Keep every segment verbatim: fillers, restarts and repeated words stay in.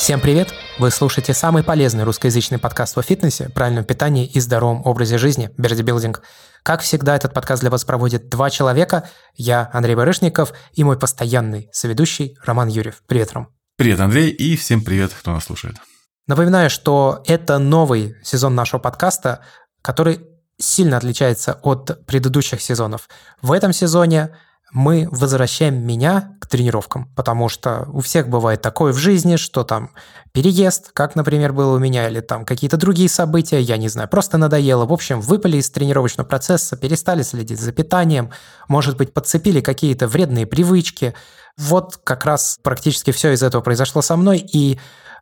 Всем привет! Вы слушаете самый полезный русскоязычный подкаст о фитнесе, правильном питании и здоровом образе жизни Берди Билдинг. Как всегда, этот подкаст для вас проводит два человека. Я, Андрей Барышников, и мой постоянный соведущий Роман Юрьев. Привет, Ром. Привет, Андрей, и всем привет, кто нас слушает. Напоминаю, что это новый сезон нашего подкаста, который сильно отличается от предыдущих сезонов. В этом сезоне мы возвращаем меня к тренировкам, потому что у всех бывает такое в жизни, что там переезд, как, например, было у меня, или там какие-то другие события, я не знаю, просто надоело. В общем, выпали из тренировочного процесса, перестали следить за питанием, может быть, подцепили какие-то вредные привычки. Вот как раз практически все из этого произошло со мной, и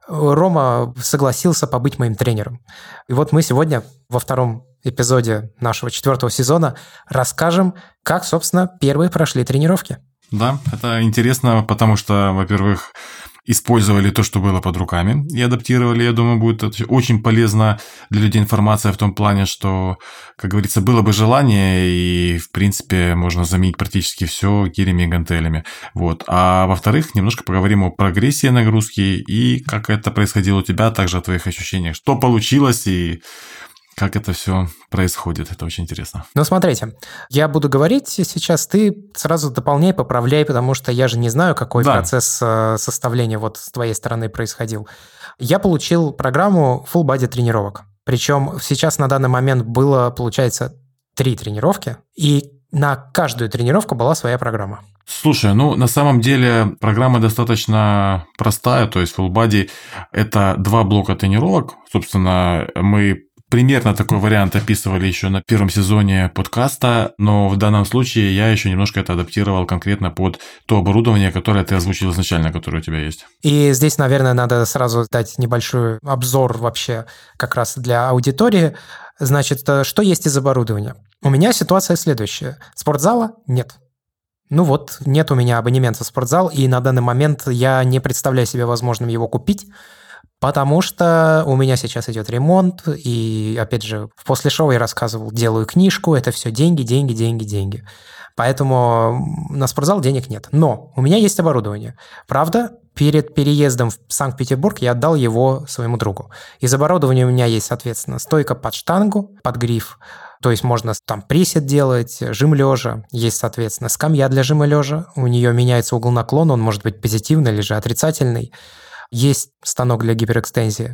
Рома согласился побыть моим тренером. И вот мы сегодня во втором эпизоде нашего четвертого сезона расскажем, как, собственно, первые прошли тренировки. Да, это интересно, потому что, во-первых, использовали то, что было под руками, и адаптировали. Я думаю, будет очень полезно для людей информация в том плане, что, как говорится, было бы желание, и, в принципе, можно заменить практически все гирями и гантелями. Вот. А во-вторых, немножко поговорим о прогрессии нагрузки и как это происходило у тебя, а также о твоих ощущениях, что получилось и как это все происходит. Это очень интересно. Ну, смотрите, я буду говорить сейчас, ты сразу дополняй, поправляй, потому что я же не знаю, какой да. процесс составления вот с твоей стороны происходил. Я получил программу Full Body тренировок. Причем сейчас на данный момент было, получается, три тренировки, и на каждую тренировку была своя программа. Слушай, ну на самом деле программа достаточно простая, то есть Full Body – это два блока тренировок. Собственно, мы примерно такой вариант описывали еще на первом сезоне подкаста, но в данном случае я еще немножко это адаптировал конкретно под то оборудование, которое ты озвучил изначально, которое у тебя есть. И здесь, наверное, надо сразу дать небольшой обзор вообще как раз для аудитории. Значит, что есть из оборудования? У меня ситуация следующая. Спортзала нет. Ну вот, нет у меня абонемента в спортзал, и на данный момент я не представляю себе возможным его купить, потому что у меня сейчас идет ремонт, и, опять же, в после шоу я рассказывал, делаю книжку, это все деньги, деньги, деньги, деньги. Поэтому на спортзал денег нет. Но у меня есть оборудование. Правда, перед переездом в Санкт-Петербург я отдал его своему другу. Из оборудования у меня есть, соответственно, стойка под штангу, под гриф, то есть можно там присед делать, жим лежа. Есть, соответственно, скамья для жима лежа. У нее меняется угол наклона, он может быть позитивный или же отрицательный. Есть станок для гиперэкстензии.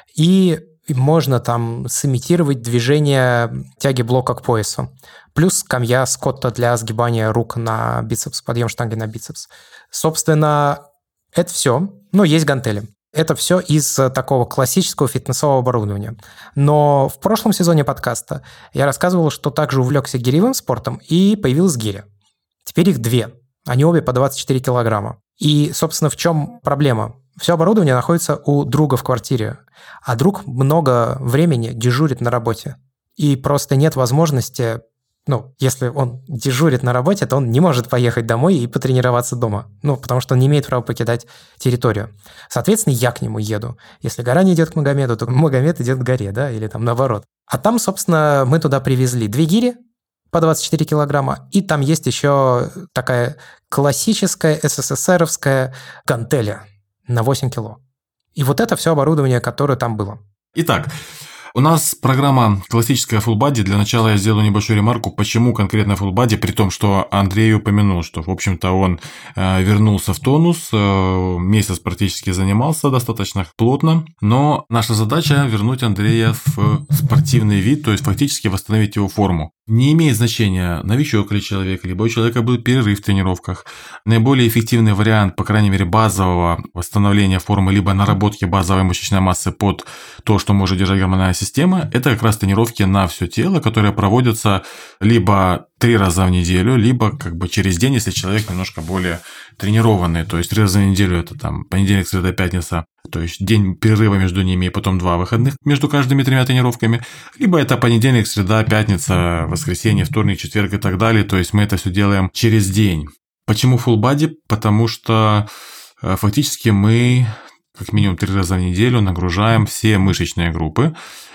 И можно там сымитировать движение тяги блока к поясу. Плюс скамья Скотта для сгибания рук на бицепс, подъем штанги на бицепс. Собственно, это все. Ну, есть гантели. Это все из такого классического фитнесового оборудования. Но в прошлом сезоне подкаста я рассказывал, что также увлекся гиревым спортом, и появилась гиря. Теперь их две. Они обе по двадцать четыре килограмма. И, собственно, в чем проблема? Все оборудование находится у друга в квартире, а друг много времени дежурит на работе. И просто нет возможности, ну, если он дежурит на работе, то он не может поехать домой и потренироваться дома. Ну, потому что он не имеет права покидать территорию. Соответственно, я к нему еду. Если гора не идет к Магомеду, то Магомед идет к горе, да, или там наоборот. А там, собственно, мы туда привезли две гири по двадцать четыре килограмма, и там есть еще такая классическая эсэсэсэровская гантеля на восемь кило. И вот это все оборудование, которое там было. Итак, у нас программа классическая Full Body. Для начала я сделаю небольшую ремарку, почему конкретно Full Body, при том, что Андрей упомянул, что, в общем-то, он вернулся в тонус, месяц практически занимался достаточно плотно, но наша задача вернуть Андрея в спортивный вид, то есть фактически восстановить его форму. Не имеет значения, новичок ли человек, либо у человека был перерыв в тренировках. Наиболее эффективный вариант, по крайней мере, базового восстановления формы, либо наработки базовой мышечной массы под то, что может держать гормональная система, это как раз тренировки на все тело, которые проводятся либо три раза в неделю, либо как бы через день, если человек немножко более тренированный. То есть три раза в неделю это там понедельник, среда, пятница, то есть день перерыва между ними и потом два выходных между каждыми тремя тренировками. Либо это понедельник, среда, пятница, воскресенье, вторник, четверг и так далее. То есть мы это все делаем через день. Почему Full Body? Потому что фактически мы как минимум три раза в неделю нагружаем все мышечные группы.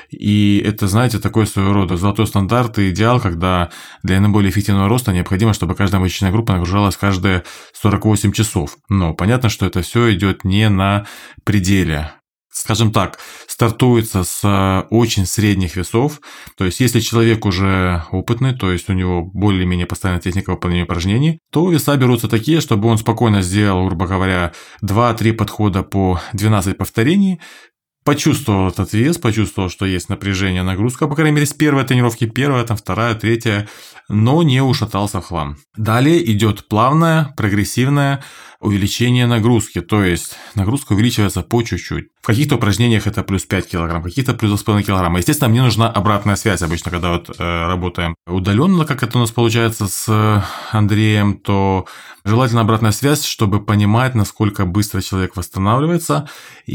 И это, знаете, такой своего рода золотой стандарт и идеал, когда для наиболее эффективного роста необходимо, чтобы каждая мышечная группа нагружалась каждые сорок восемь часов. Но понятно, что это все идет не на пределе. Скажем так, стартуется с очень средних весов, то есть если человек уже опытный, то есть у него более-менее постоянная техника выполнения упражнений, то веса берутся такие, чтобы он спокойно сделал, грубо говоря, два-три подхода по двенадцать повторений, почувствовал этот вес, почувствовал, что есть напряжение, нагрузка, по крайней мере, с первой тренировки, первая, там, вторая, третья, но не ушатался в хлам. Далее идет плавное, прогрессивное увеличение нагрузки, то есть нагрузка увеличивается по чуть-чуть. В каких-то упражнениях это плюс пять килограмм, в каких-то плюс два с половиной килограмма. Естественно, мне нужна обратная связь обычно, когда вот э, работаем удаленно, как это у нас получается с Андреем, то желательно обратная связь, чтобы понимать, насколько быстро человек восстанавливается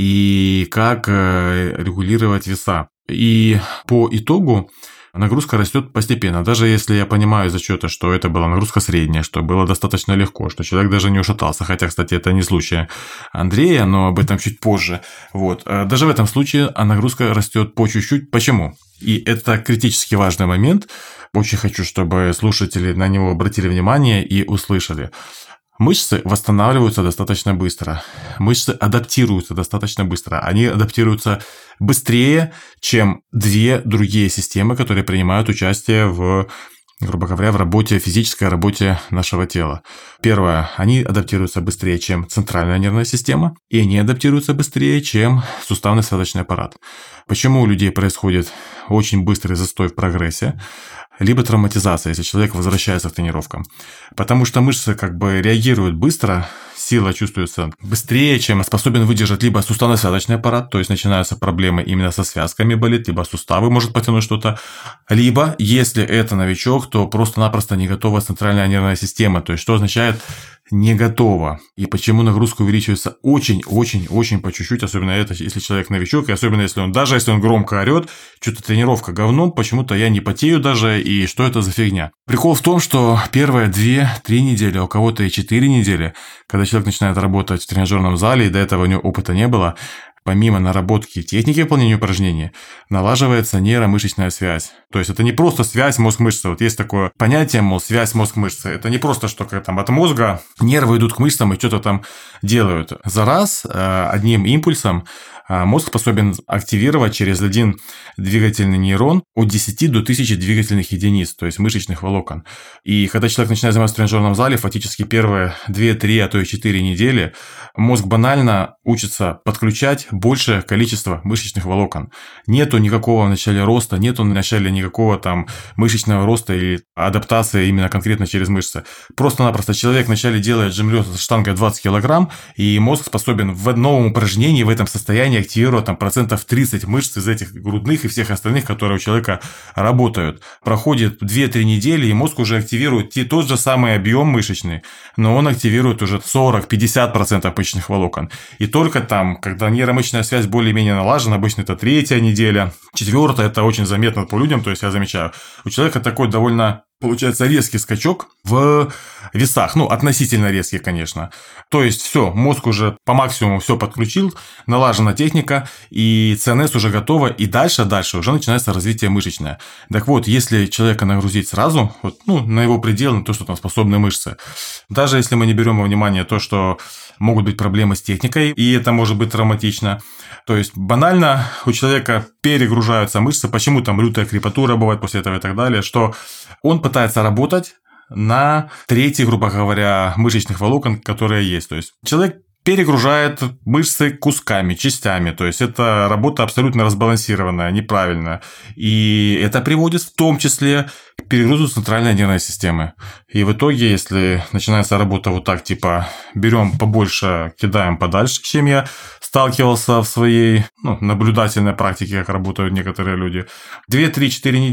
и как э, регулировать веса. И по итогу нагрузка растет постепенно. Даже если я понимаю из отчета, что это была нагрузка средняя, что было достаточно легко, что человек даже не ушатался, хотя, кстати, это не случай Андрея, но об этом чуть позже. Вот. Даже в этом случае нагрузка растет по чуть-чуть. Почему? И это критически важный момент. Очень хочу, чтобы слушатели на него обратили внимание и услышали. Мышцы восстанавливаются достаточно быстро. Мышцы адаптируются достаточно быстро. Они адаптируются быстрее, чем две другие системы, которые принимают участие в, грубо говоря, в работе, физической работе нашего тела. Первое, они адаптируются быстрее, чем центральная нервная система, и они адаптируются быстрее, чем суставно-связочный аппарат. Почему у людей происходит очень быстрый застой в прогрессе? Либо травматизация, если человек возвращается к тренировкам. Потому что мышцы как бы реагируют быстро, сила чувствуется быстрее, чем способен выдержать либо суставно-связочный аппарат, то есть начинаются проблемы именно со связками болит, либо суставы может потянуть что-то. Либо, если это новичок, то просто-напросто не готова центральная нервная система, то есть что означает не готова. И почему нагрузка увеличивается очень-очень-очень по чуть-чуть, особенно это, если человек новичок, и особенно если он, даже если он громко орет, что-то тренировка говном, почему-то я не потею даже, и что это за фигня. Прикол в том, что первые две-три недели, а у кого-то и четыре недели, когда человек начинает работать в тренажерном зале, и до этого у него опыта не было, помимо наработки техники выполнения упражнений, налаживается нейромышечная связь. То есть это не просто связь мозг-мышца. Вот есть такое понятие, мол, связь мозг-мышца. Это не просто, что как, там, от мозга нервы идут к мышцам и что-то там делают. За раз одним импульсом мозг способен активировать через один двигательный нейрон от десяти до тысячи двигательных единиц, то есть мышечных волокон. И когда человек начинает заниматься в тренажерном зале, фактически первые две-три, а то и четыре недели мозг банально учится подключать большее количество мышечных волокон. Нету никакого в начале роста, нету в начале никакого там мышечного роста или адаптации именно конкретно через мышцы. Просто-напросто человек вначале делает жим-лёд с штангой двадцать килограмм, и мозг способен в новом упражнении в этом состоянии активировать там процентов тридцать мышц из этих грудных и всех остальных, которые у человека работают. Проходит две-три недели, и мозг уже активирует тот же самый объем мышечный, но он активирует уже сорок-пятьдесят процентов мышечных волокон. И только там, когда нейромышечная связь более-менее налажена, обычно это третья неделя, четвертая, это очень заметно по людям, то есть я замечаю, у человека такой довольно получается резкий скачок в весах, ну, относительно резкий, конечно. То есть все, мозг уже по максимуму все подключил, налажена техника, и си эн эс уже готова, и дальше-дальше уже начинается развитие мышечное. Так вот, если человека нагрузить сразу, вот, ну, на его предел, на то, что там способны мышцы, даже если мы не берем во внимание то, что могут быть проблемы с техникой, и это может быть травматично. То есть банально у человека перегружаются мышцы, почему там лютая крепатура бывает после этого и так далее, что он пытается работать на трети, грубо говоря, мышечных волокон, которые есть. То есть человек перегружает мышцы кусками, частями. То есть это работа абсолютно разбалансированная, неправильная. И это приводит в том числе к перегрузу центральной нервной системы. И в итоге, если начинается работа вот так, типа берем побольше, кидаем подальше, чем я сталкивался в своей ну, наблюдательной практике, как работают некоторые люди, две-три-четыре недели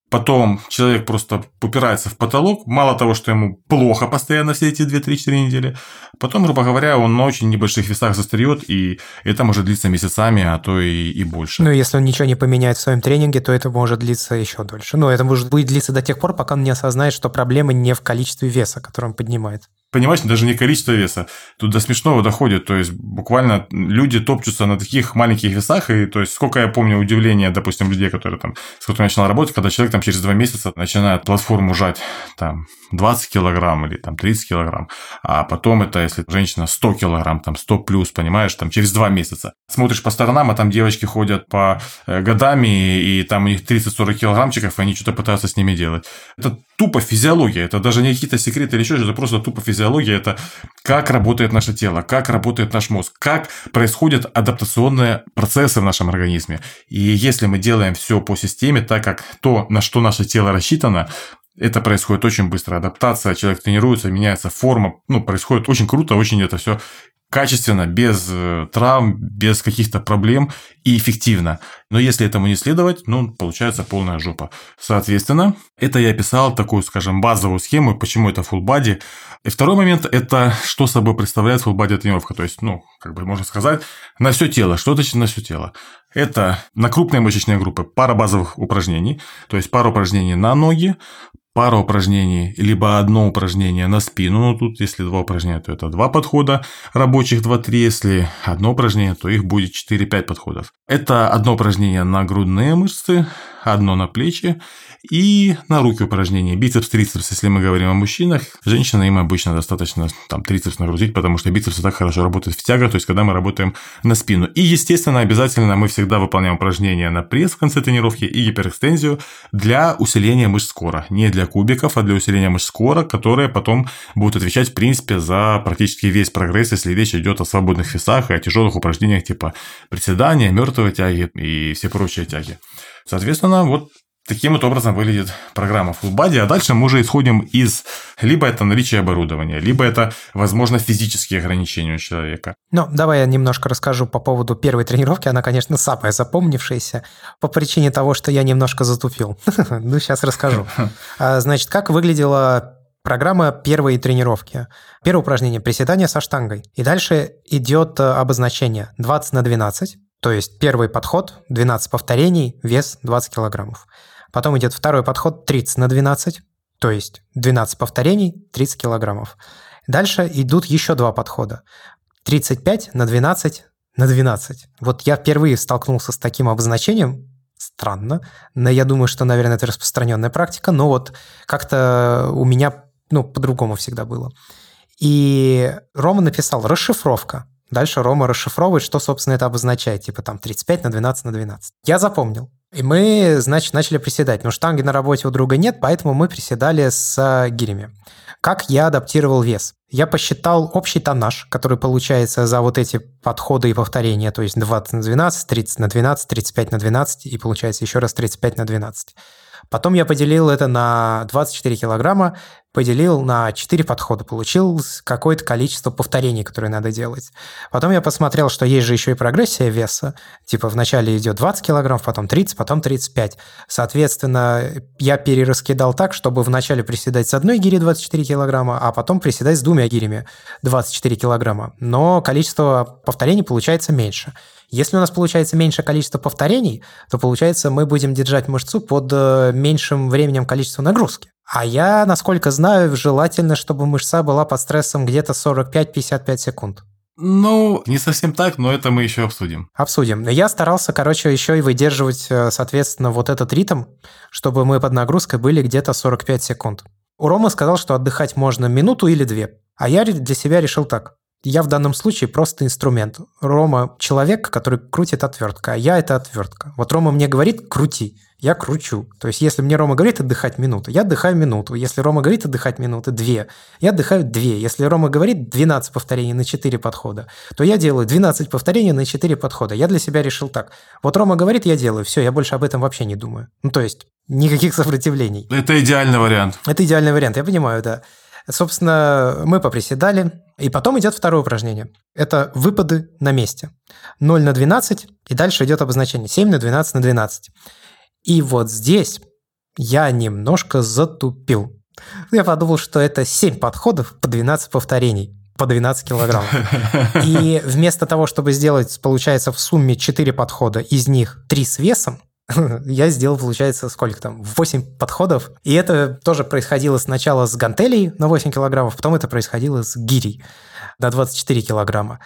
Потом человек просто упирается в потолок. Мало того, что ему плохо постоянно все эти две-три-четыре недели, потом, грубо говоря, он на очень небольших весах застаёт, и это может длиться месяцами, а то и, и больше. Ну, если он ничего не поменяет в своем тренинге, то это может длиться еще дольше. Ну, это может будет длиться до тех пор, пока он не осознает, что проблема не в количестве веса, который он поднимает. Понимаешь, даже не количество веса. Тут до смешного доходит. То есть, буквально люди топчутся на таких маленьких весах. И, то есть, сколько я помню удивления, допустим, людей, которые там, с которыми начинал работать, когда человек там через два месяца начинает платформу жать там двадцать килограмм или там тридцать килограмм. А потом это, если женщина сто килограмм, там сто плюс, понимаешь, там через два месяца. Смотришь по сторонам, а там девочки ходят по годами, и там у них тридцать-сорок килограммчиков, и они что-то пытаются с ними делать. Это тупо физиология. Это даже не какие-то секреты или еще что-то, это просто тупо физиология. Это как работает наше тело, как работает наш мозг, как происходят адаптационные процессы в нашем организме. И если мы делаем все по системе, так как то, на что наше тело рассчитано, это происходит очень быстро. Адаптация, человек тренируется, меняется форма. Ну, происходит очень круто, очень это все качественно, без травм, без каких-то проблем и эффективно. Но если этому не следовать, ну, получается полная жопа. Соответственно, это я описал такую, скажем, базовую схему, почему это full body. И второй момент – это что собой представляет full body тренировка. То есть, ну, как бы можно сказать, на все тело. Что значит на все тело? Это на крупные мышечные группы пара базовых упражнений, то есть пара упражнений на ноги, пара упражнений, либо одно упражнение на спину. Ну, тут, если два упражнения, то это два подхода рабочих, два-три. Если одно упражнение, то их будет четыре-пять подходов. Это одно упражнение на грудные мышцы, одно на плечи и на руки упражнения. Бицепс, трицепс, если мы говорим о мужчинах. Женщинам им обычно достаточно там трицепс нагрузить, потому что бицепсы так хорошо работают в тягах, то есть когда мы работаем на спину. И, естественно, обязательно мы всегда выполняем упражнения на пресс в конце тренировки и гиперэкстензию для усиления мышц кора. Не для кубиков, а для усиления мышц кора, которые потом будут отвечать, в принципе, за практически весь прогресс, если речь идет о свободных весах и о тяжелых упражнениях типа приседания, мертвой тяги и все прочие тяги. Соответственно, вот таким вот образом выглядит программа Full Body, а дальше мы уже исходим из либо это наличие оборудования, либо это, возможно, физические ограничения у человека. Ну, давай я немножко расскажу по поводу первой тренировки. Она, конечно, самая запомнившаяся по причине того, что я немножко затупил. Ну, сейчас расскажу. Значит, как выглядела программа первой тренировки? Первое упражнение – приседание со штангой. И дальше идет обозначение двадцать на двенадцать. То есть первый подход – двенадцать повторений, вес двадцать килограммов. Потом идет второй подход – тридцать на двенадцать, то есть двенадцать повторений, тридцать килограммов. Дальше идут еще два подхода – тридцать пять на двенадцать на двенадцать. Вот я впервые столкнулся с таким обозначением, странно, но я думаю, что, наверное, это распространенная практика, но вот как-то у меня ну, по-другому всегда было. И Рома написал «расшифровка». Дальше Рома расшифровывает, что, собственно, это обозначает. Типа там тридцать пять на двенадцать на двенадцать. Я запомнил. И мы, значит, начали приседать. Но штанги на работе у друга нет, поэтому мы приседали с гирями. Как я адаптировал вес? Я посчитал общий тоннаж, который получается за вот эти подходы и повторения, то есть двадцать на двенадцать, тридцать на двенадцать, тридцать пять на двенадцать и получается еще раз тридцать пять на двенадцать. Потом я поделил это на двадцать четыре килограмма, поделил на четыре подхода, получил какое-то количество повторений, которые надо делать. Потом я посмотрел, что есть же еще и прогрессия веса. Типа вначале идет двадцать килограмм, потом тридцать, потом тридцать пять. Соответственно, я перераскидал так, чтобы вначале приседать с одной гири двадцать четыре килограмма, а потом приседать с двумя гирями двадцать четыре килограмма. Но количество повторений получается меньше. Если у нас получается меньше количество повторений, то, получается, мы будем держать мышцу под меньшим временем количества нагрузки. А я, насколько знаю, желательно, чтобы мышца была под стрессом где-то сорок пять - пятьдесят пять секунд. Ну, не совсем так, но это мы еще обсудим. Обсудим. Я старался, короче, еще и выдерживать, соответственно, вот этот ритм, чтобы мы под нагрузкой были где-то сорок пять секунд. У Ромы сказал, что отдыхать можно минуту или две. А я для себя решил так. Я в данном случае просто инструмент. Рома – человек, который крутит отвертка, а я – это отвертка. Вот Рома мне говорит «крути», я кручу. То есть, если мне Рома говорит отдыхать минуту, я отдыхаю минуту. Если Рома говорит отдыхать минуты, две, я отдыхаю две. Если Рома говорит двенадцать повторений на четыре подхода, то я делаю двенадцать повторений на четыре подхода. Я для себя решил так. Вот Рома говорит, я делаю, все, я больше об этом вообще не думаю. Ну, то есть, никаких сопротивлений. Это идеальный вариант. Это идеальный вариант, я понимаю, да. Собственно, мы поприседали, и потом идет второе упражнение. Это выпады на месте. ноль на двенадцать, и дальше идет обозначение семь на двенадцать на двенадцать. И вот здесь я немножко затупил. Я подумал, что это семь подходов по двенадцать повторений, по двенадцать килограммов. И вместо того, чтобы сделать, получается, в сумме четыре подхода, из них три с весом, я сделал, получается, сколько там, восемь подходов. И это тоже происходило сначала с гантелей на восемь килограммов, потом это происходило с гирей на двадцать четыре килограмма.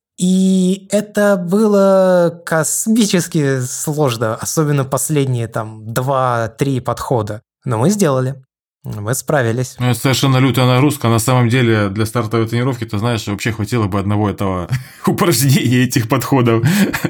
И это было космически сложно, особенно последние там два-три подхода. Но мы сделали. Мы справились. Ну, это совершенно лютая нагрузка. На самом деле, для стартовой тренировки, ты знаешь, вообще хватило бы одного этого упражнения, этих подходов.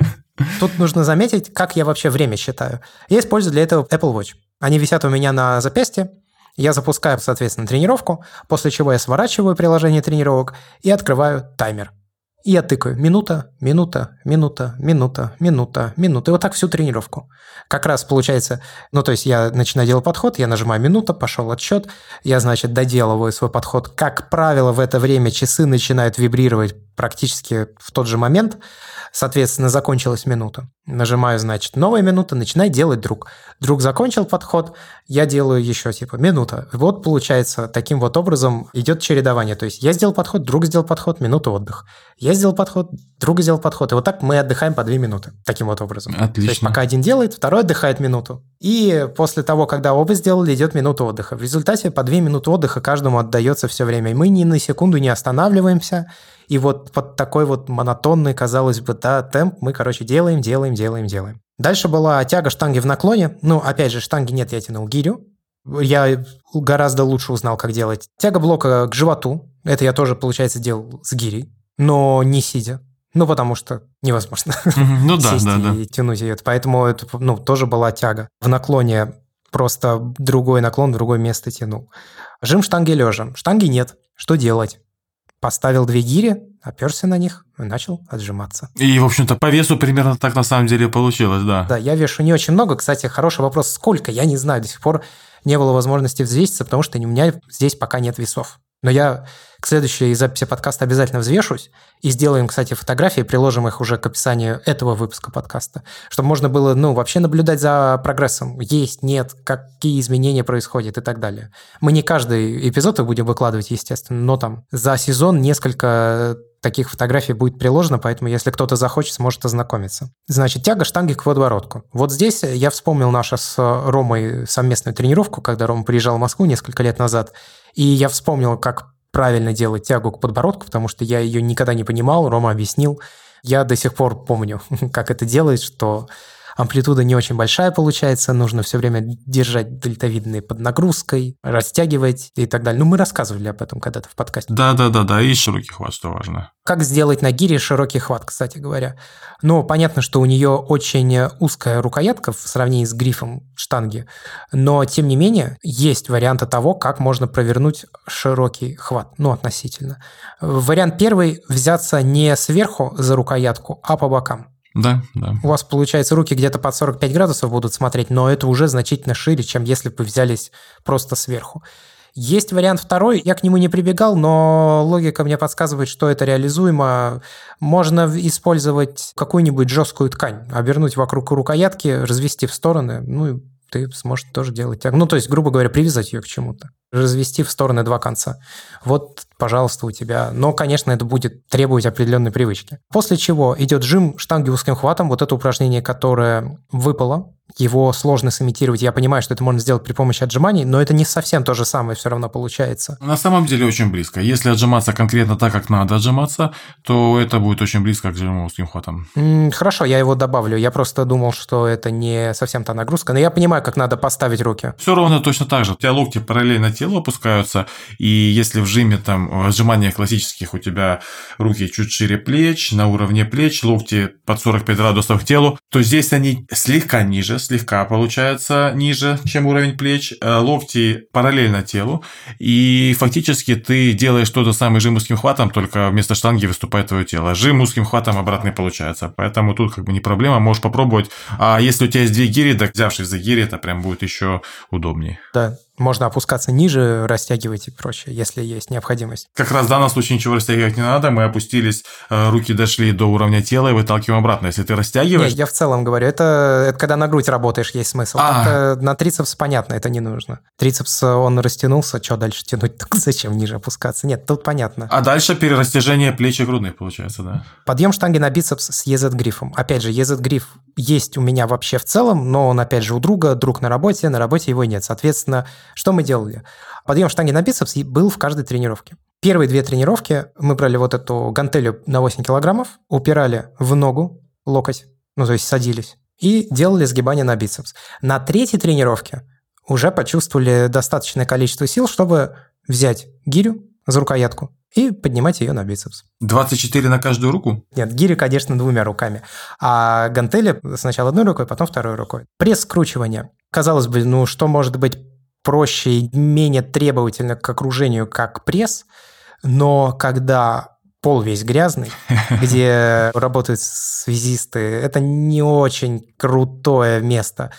Тут нужно заметить, как я вообще время считаю. Я использую для этого Apple Watch. Они висят у меня на запястье. Я запускаю, соответственно, тренировку, после чего я сворачиваю приложение тренировок и открываю таймер. И я тыкаю минута, минута, минута, минута, минута, минута. И вот так всю тренировку. Как раз получается, ну, то есть я начинаю делать подход, я нажимаю минута, пошел отсчет, я, значит, доделываю свой подход. Как правило, в это время часы начинают вибрировать практически в тот же момент. Соответственно, закончилась минута. Нажимаю, значит, новая минута, начинает делать друг. Друг закончил подход, я делаю еще типа минута. Вот получается, таким вот образом идет чередование. То есть я сделал подход, друг сделал подход, минута отдых. Я сделал подход, друг сделал подход. И вот так мы отдыхаем по две минуты. Таким вот образом. Отлично. То есть пока один делает, второй отдыхает минуту. И после того, когда оба сделали, идет минута отдыха. В результате по две минуты отдыха каждому отдается все время. И мы ни на секунду не останавливаемся. И вот под такой вот монотонный, казалось бы, да, темп мы, короче, делаем, делаем, делаем, делаем. Дальше была тяга штанги в наклоне. Ну, опять же, штанги нет, я тянул гирю. Я гораздо лучше узнал, как делать. Тяга блока к животу. Это я тоже, получается, делал с гирей, но не сидя. Ну, потому что невозможно ну, да, сесть да, да. и тянуть ее. Поэтому это, ну, тоже была тяга. В наклоне просто другой наклон, другое место тянул. Жим штанги лежа. Штанги нет. Что делать? Поставил две гири, оперся на них и начал отжиматься. И, в общем-то, по весу примерно так на самом деле получилось, да. Да, я вешу не очень много. Кстати, хороший вопрос, сколько? Я не знаю, до сих пор не было возможности взвеситься, потому что у меня здесь пока нет весов. Но я к следующей записи подкаста обязательно взвешусь и сделаем, кстати, фотографии, приложим их уже к описанию этого выпуска подкаста, чтобы можно было, ну, вообще наблюдать за прогрессом. Есть, нет, какие изменения происходят и так далее. Мы не каждый эпизод будем выкладывать, естественно, но там за сезон несколько таких фотографий будет приложено, поэтому если кто-то захочет, сможет ознакомиться. Значит, тяга штанги к подбородку. Вот здесь я вспомнил нашу с Ромой совместную тренировку, когда Рома приезжал в Москву несколько лет назад, и я вспомнил, как правильно делать тягу к подбородку, потому что я ее никогда не понимал, Рома объяснил. Я до сих пор помню, как это делать, что амплитуда не очень большая получается, нужно все время держать дельтовидные под нагрузкой, растягивать и так далее. Ну, мы рассказывали об этом когда-то в подкасте. Да-да-да, и широкий хват, что важно. Как сделать на гире широкий хват, кстати говоря. Ну, понятно, что у нее очень узкая рукоятка в сравнении с грифом штанги, но, тем не менее, есть варианты того, как можно провернуть широкий хват, ну, относительно. Вариант первый – взяться не сверху за рукоятку, а по бокам. Да, да. У вас, получается, руки где-то под сорок пять градусов будут смотреть, но это уже значительно шире, чем если бы вы взялись просто сверху. Есть вариант второй, я к нему не прибегал, но логика мне подсказывает, что это реализуемо. Можно использовать какую-нибудь жесткую ткань, обернуть вокруг рукоятки, развести в стороны, ну и ты сможешь тоже делать тягу. Ну, то есть, грубо говоря, привязать ее к чему-то. Развести в стороны два конца. Вот, пожалуйста, у тебя. Но, конечно, это будет требовать определенной привычки. После чего идет жим штанги узким хватом. Вот это упражнение, которое выпало. Его сложно сымитировать. Я понимаю, что это можно сделать при помощи отжиманий, но это не совсем то же самое все равно получается. На самом деле очень близко. Если отжиматься конкретно так, как надо отжиматься, то это будет очень близко к жиму узким хватом. М-м, хорошо, я его добавлю. Я просто думал, что это не совсем та нагрузка, но я понимаю, как надо поставить руки. Все ровно точно так же. У тебя локти параллельно телу опускаются, и если в жиме, там, в отжиманиях классических у тебя руки чуть шире плеч, на уровне плеч, локти под сорок пять градусов к телу, то здесь они слегка ниже, слегка получается ниже, чем уровень плеч, локти параллельно телу, и фактически ты делаешь тот же самый жим узким хватом, только вместо штанги выступает твое тело. Жим узким хватом обратный получается, поэтому тут как бы не проблема, можешь попробовать. А если у тебя есть две гири, так взявшись за гири, это прям будет еще удобнее. Да. Можно опускаться ниже, растягивать и прочее, если есть необходимость. Как раз в данном случае ничего растягивать не надо. Мы опустились, руки дошли до уровня тела и выталкиваем обратно. Если ты растягиваешь... Нет, я в целом говорю, это, это когда на грудь работаешь, есть смысл. А. Так-то на трицепс понятно, это не нужно. Трицепс, он растянулся, что дальше тянуть? Так зачем ниже опускаться? Нет, тут понятно. А дальше перерастяжение плеч и грудных получается, да? Подъем штанги на бицепс с и зет-грифом. Опять же, и зет-гриф есть у меня вообще в целом, но он, опять же, у друга, друг на работе, на работе его нет. Соответственно, что мы делали? Подъем штанги на бицепс был в каждой тренировке. Первые две тренировки мы брали вот эту гантелью на восемь килограммов, упирали в ногу, локоть, ну, то есть садились, и делали сгибание на бицепс. На третьей тренировке уже почувствовали достаточное количество сил, чтобы взять гирю за рукоятку и поднимать ее на бицепс. двадцать четыре на каждую руку? Нет, гири, конечно, двумя руками. А гантели сначала одной рукой, потом второй рукой. Пресс скручивания. Казалось бы, ну что может быть проще и менее требовательно к окружению, как пресс, но когда пол весь грязный, где работают связисты, это не очень крутое место.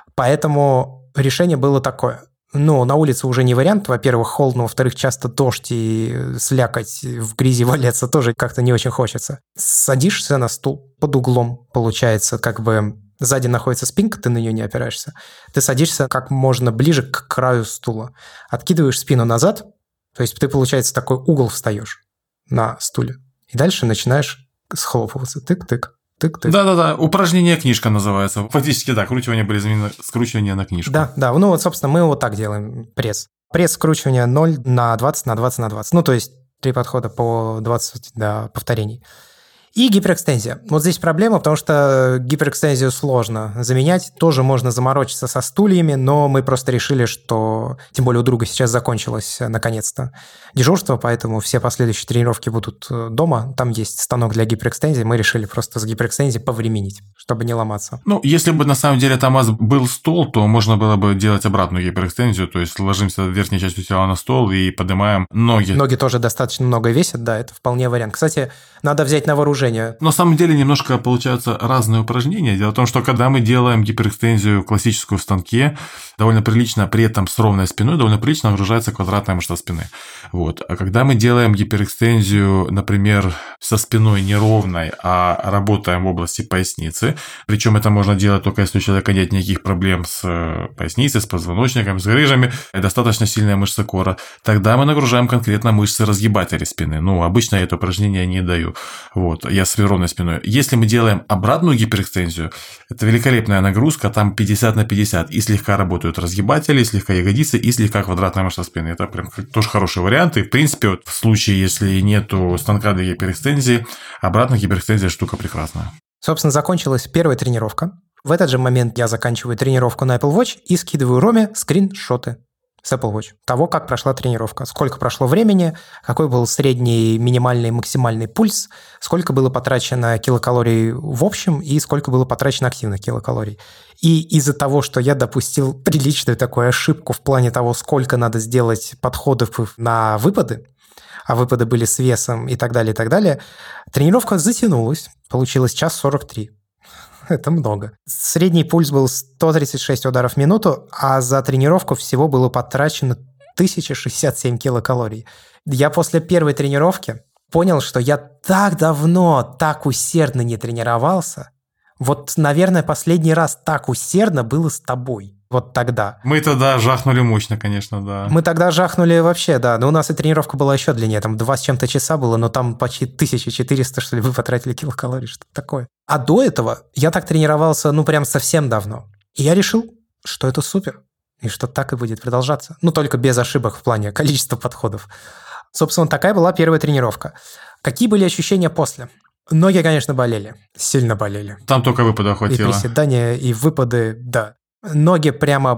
Поэтому решение было такое. Ну, на улице уже не вариант. Во-первых, холодно, во-вторых, часто дождь и слякоть в грязи валяться тоже как-то не очень хочется. Садишься на стул под углом, получается, как бы сзади находится спинка, ты на нее не опираешься. Ты садишься как можно ближе к краю стула. Откидываешь спину назад, то есть ты, получается, такой угол встаешь на стуле. И дальше начинаешь схлопываться. Тык-тык. Тык-тык. Да-да-да, упражнение книжка называется. Фактически, да, кручивание были заменено скручивание на книжку. Да, да, ну вот, собственно, мы вот так делаем пресс. Пресс скручивания ноль на двадцать, на двадцать, на двадцать. Ну, то есть три подхода по двадцать да, повторений. И гиперэкстензия. Вот здесь проблема, потому что гиперэкстензию сложно заменять. Тоже можно заморочиться со стульями, но мы просто решили, что... Тем более у друга сейчас закончилось, наконец-то, дежурство, поэтому все последующие тренировки будут дома. Там есть станок для гиперэкстензии. Мы решили просто с гиперэкстензией повременить, чтобы не ломаться. Ну, если бы на самом деле там у вас был стол, то можно было бы делать обратную гиперэкстензию, то есть ложимся верхней частью тела на стол и поднимаем ноги. Ноги тоже достаточно много весят, да, это вполне вариант. Кстати, надо взять на вооружение. Но на самом деле немножко получаются разные упражнения. Дело в том, что когда мы делаем гиперэкстензию классическую в станке, довольно прилично, при этом с ровной спиной, довольно прилично нагружается квадратная мышца спины. Вот. А когда мы делаем гиперэкстензию, например, со спиной неровной, а работаем в области поясницы, причем это можно делать только если у человека нет никаких проблем с поясницей, с позвоночником, с грыжами, достаточно сильная мышца кора, тогда мы нагружаем конкретно мышцы разгибателей спины. Ну, обычно я это упражнение не даю. Вот. Я с ровной спиной. Если мы делаем обратную гиперэкстензию, это великолепная нагрузка, там пятьдесят на пятьдесят, и слегка работают разгибатели, и слегка ягодицы, и слегка квадратная мышца спины. Это прям тоже хороший вариант. И, в принципе, вот в случае, если нету станка для гиперэкстензии, обратная гиперэкстензия штука прекрасная. Собственно, закончилась первая тренировка. В этот же момент я заканчиваю тренировку на Apple Watch и скидываю Роме скриншоты с Apple Watch того, как прошла тренировка, сколько прошло времени, какой был средний, минимальный, максимальный пульс, сколько было потрачено килокалорий в общем и сколько было потрачено активных килокалорий. И из-за того, что я допустил приличную такую ошибку в плане того, сколько надо сделать подходов на выпады, а выпады были с весом и так далее, и так далее, тренировка затянулась, получилось час сорок три. Это много. Средний пульс был сто тридцать шесть ударов в минуту, а за тренировку всего было потрачено тысяча шестьдесят семь килокалорий. Я после первой тренировки понял, что я так давно, так усердно не тренировался. Вот, наверное, последний раз так усердно было с тобой. Вот тогда. Мы тогда жахнули мощно, конечно, да. Мы тогда жахнули вообще, да. Но у нас и тренировка была еще длиннее. Там два с чем-то часа было, но там почти тысяча четыреста, что ли, вы потратили килокалорий, что-то такое. А до этого я так тренировался, ну, прям совсем давно. И я решил, что это супер. И что так и будет продолжаться. Ну, только без ошибок в плане количества подходов. Собственно, такая была первая тренировка. Какие были ощущения после? Ноги, конечно, болели. Сильно болели. Там только выпада хватило. И приседания, и выпады, да. Ноги прямо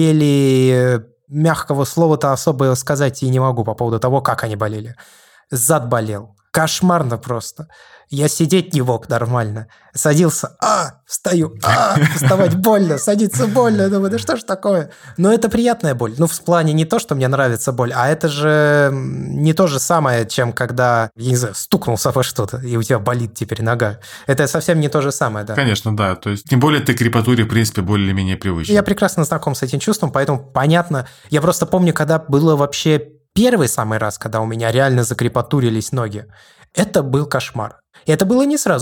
болели. Мягкого слова-то особо сказать и не могу по поводу того, как они болели. Зад болел. Кошмарно просто. Я сидеть не мог нормально. Садился, а, встаю, а, вставать больно, садиться больно. Думаю, да что ж такое? Но это приятная боль. Ну, в плане не то, что мне нравится боль, а это же не то же самое, чем когда, я не знаю, стукнулся во что-то, и у тебя болит теперь нога. Это совсем не то же самое, да. Конечно, да. То есть, тем более ты к крепатуре, в принципе, более-менее привычен. Я прекрасно знаком с этим чувством, поэтому понятно. Я просто помню, когда было вообще первый самый раз, когда у меня реально закрепатурились ноги, это был кошмар. И это было не сразу.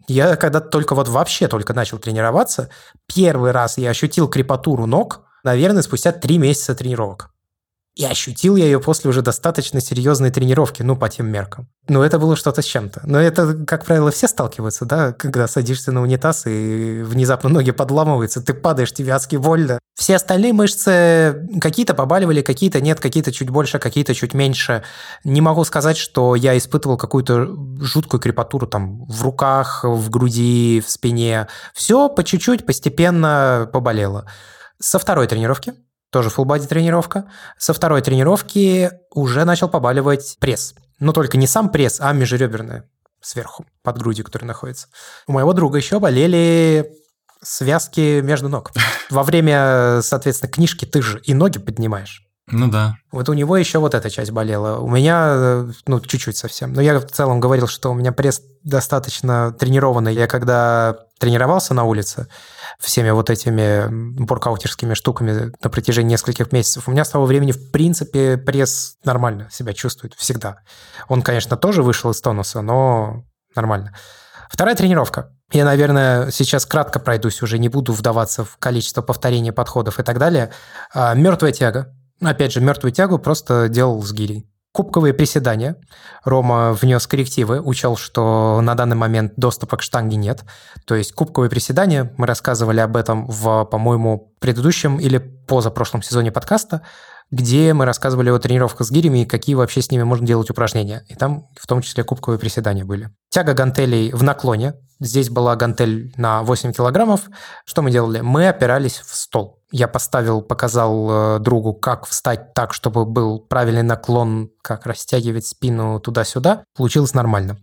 Я когда только вот вообще только начал тренироваться, первый раз я ощутил крепатуру ног, наверное, спустя три месяца тренировок. И ощутил я ее после уже достаточно серьезной тренировки, ну, по тем меркам. Ну, это было что-то с чем-то. Но это, как правило, все сталкиваются, да, когда садишься на унитаз и внезапно ноги подламываются, ты падаешь, тебе адски больно. Все остальные мышцы какие-то побаливали, какие-то нет, какие-то чуть больше, какие-то чуть меньше. Не могу сказать, что я испытывал какую-то жуткую крепатуру там в руках, в груди, в спине. Все по чуть-чуть, постепенно поболело. Со второй тренировки тоже фулл-бади тренировка. Со второй тренировки уже начал побаливать пресс. Но только не сам пресс, а межреберная сверху, под грудью, которая находится. У моего друга еще болели связки между ног. Во время, соответственно, книжки ты же и ноги поднимаешь. Ну да. Вот у него еще вот эта часть болела. У меня, ну, чуть-чуть совсем. Но я в целом говорил, что у меня пресс достаточно тренированный. Я когда тренировался на улице всеми вот этими воркаутерскими штуками на протяжении нескольких месяцев, у меня с того времени, в принципе, пресс нормально себя чувствует всегда. Он, конечно, тоже вышел из тонуса, но нормально. Вторая тренировка. Я, наверное, сейчас кратко пройдусь, уже не буду вдаваться в количество повторений, подходов и так далее. Мертвая тяга. Опять же, мертвую тягу просто делал с гирей. Кубковые приседания. Рома внес коррективы, учел, что на данный момент доступа к штанге нет. То есть кубковые приседания, мы рассказывали об этом в, по-моему, предыдущем или позапрошлом сезоне подкаста, где мы рассказывали о тренировках с гирями и какие вообще с ними можно делать упражнения. И там в том числе кубковые приседания были. Тяга гантелей в наклоне. Здесь была гантель на восемь килограммов. Что мы делали? Мы опирались в стол. Я поставил, показал другу, как встать так, чтобы был правильный наклон, как растягивать спину туда-сюда. Получилось нормально.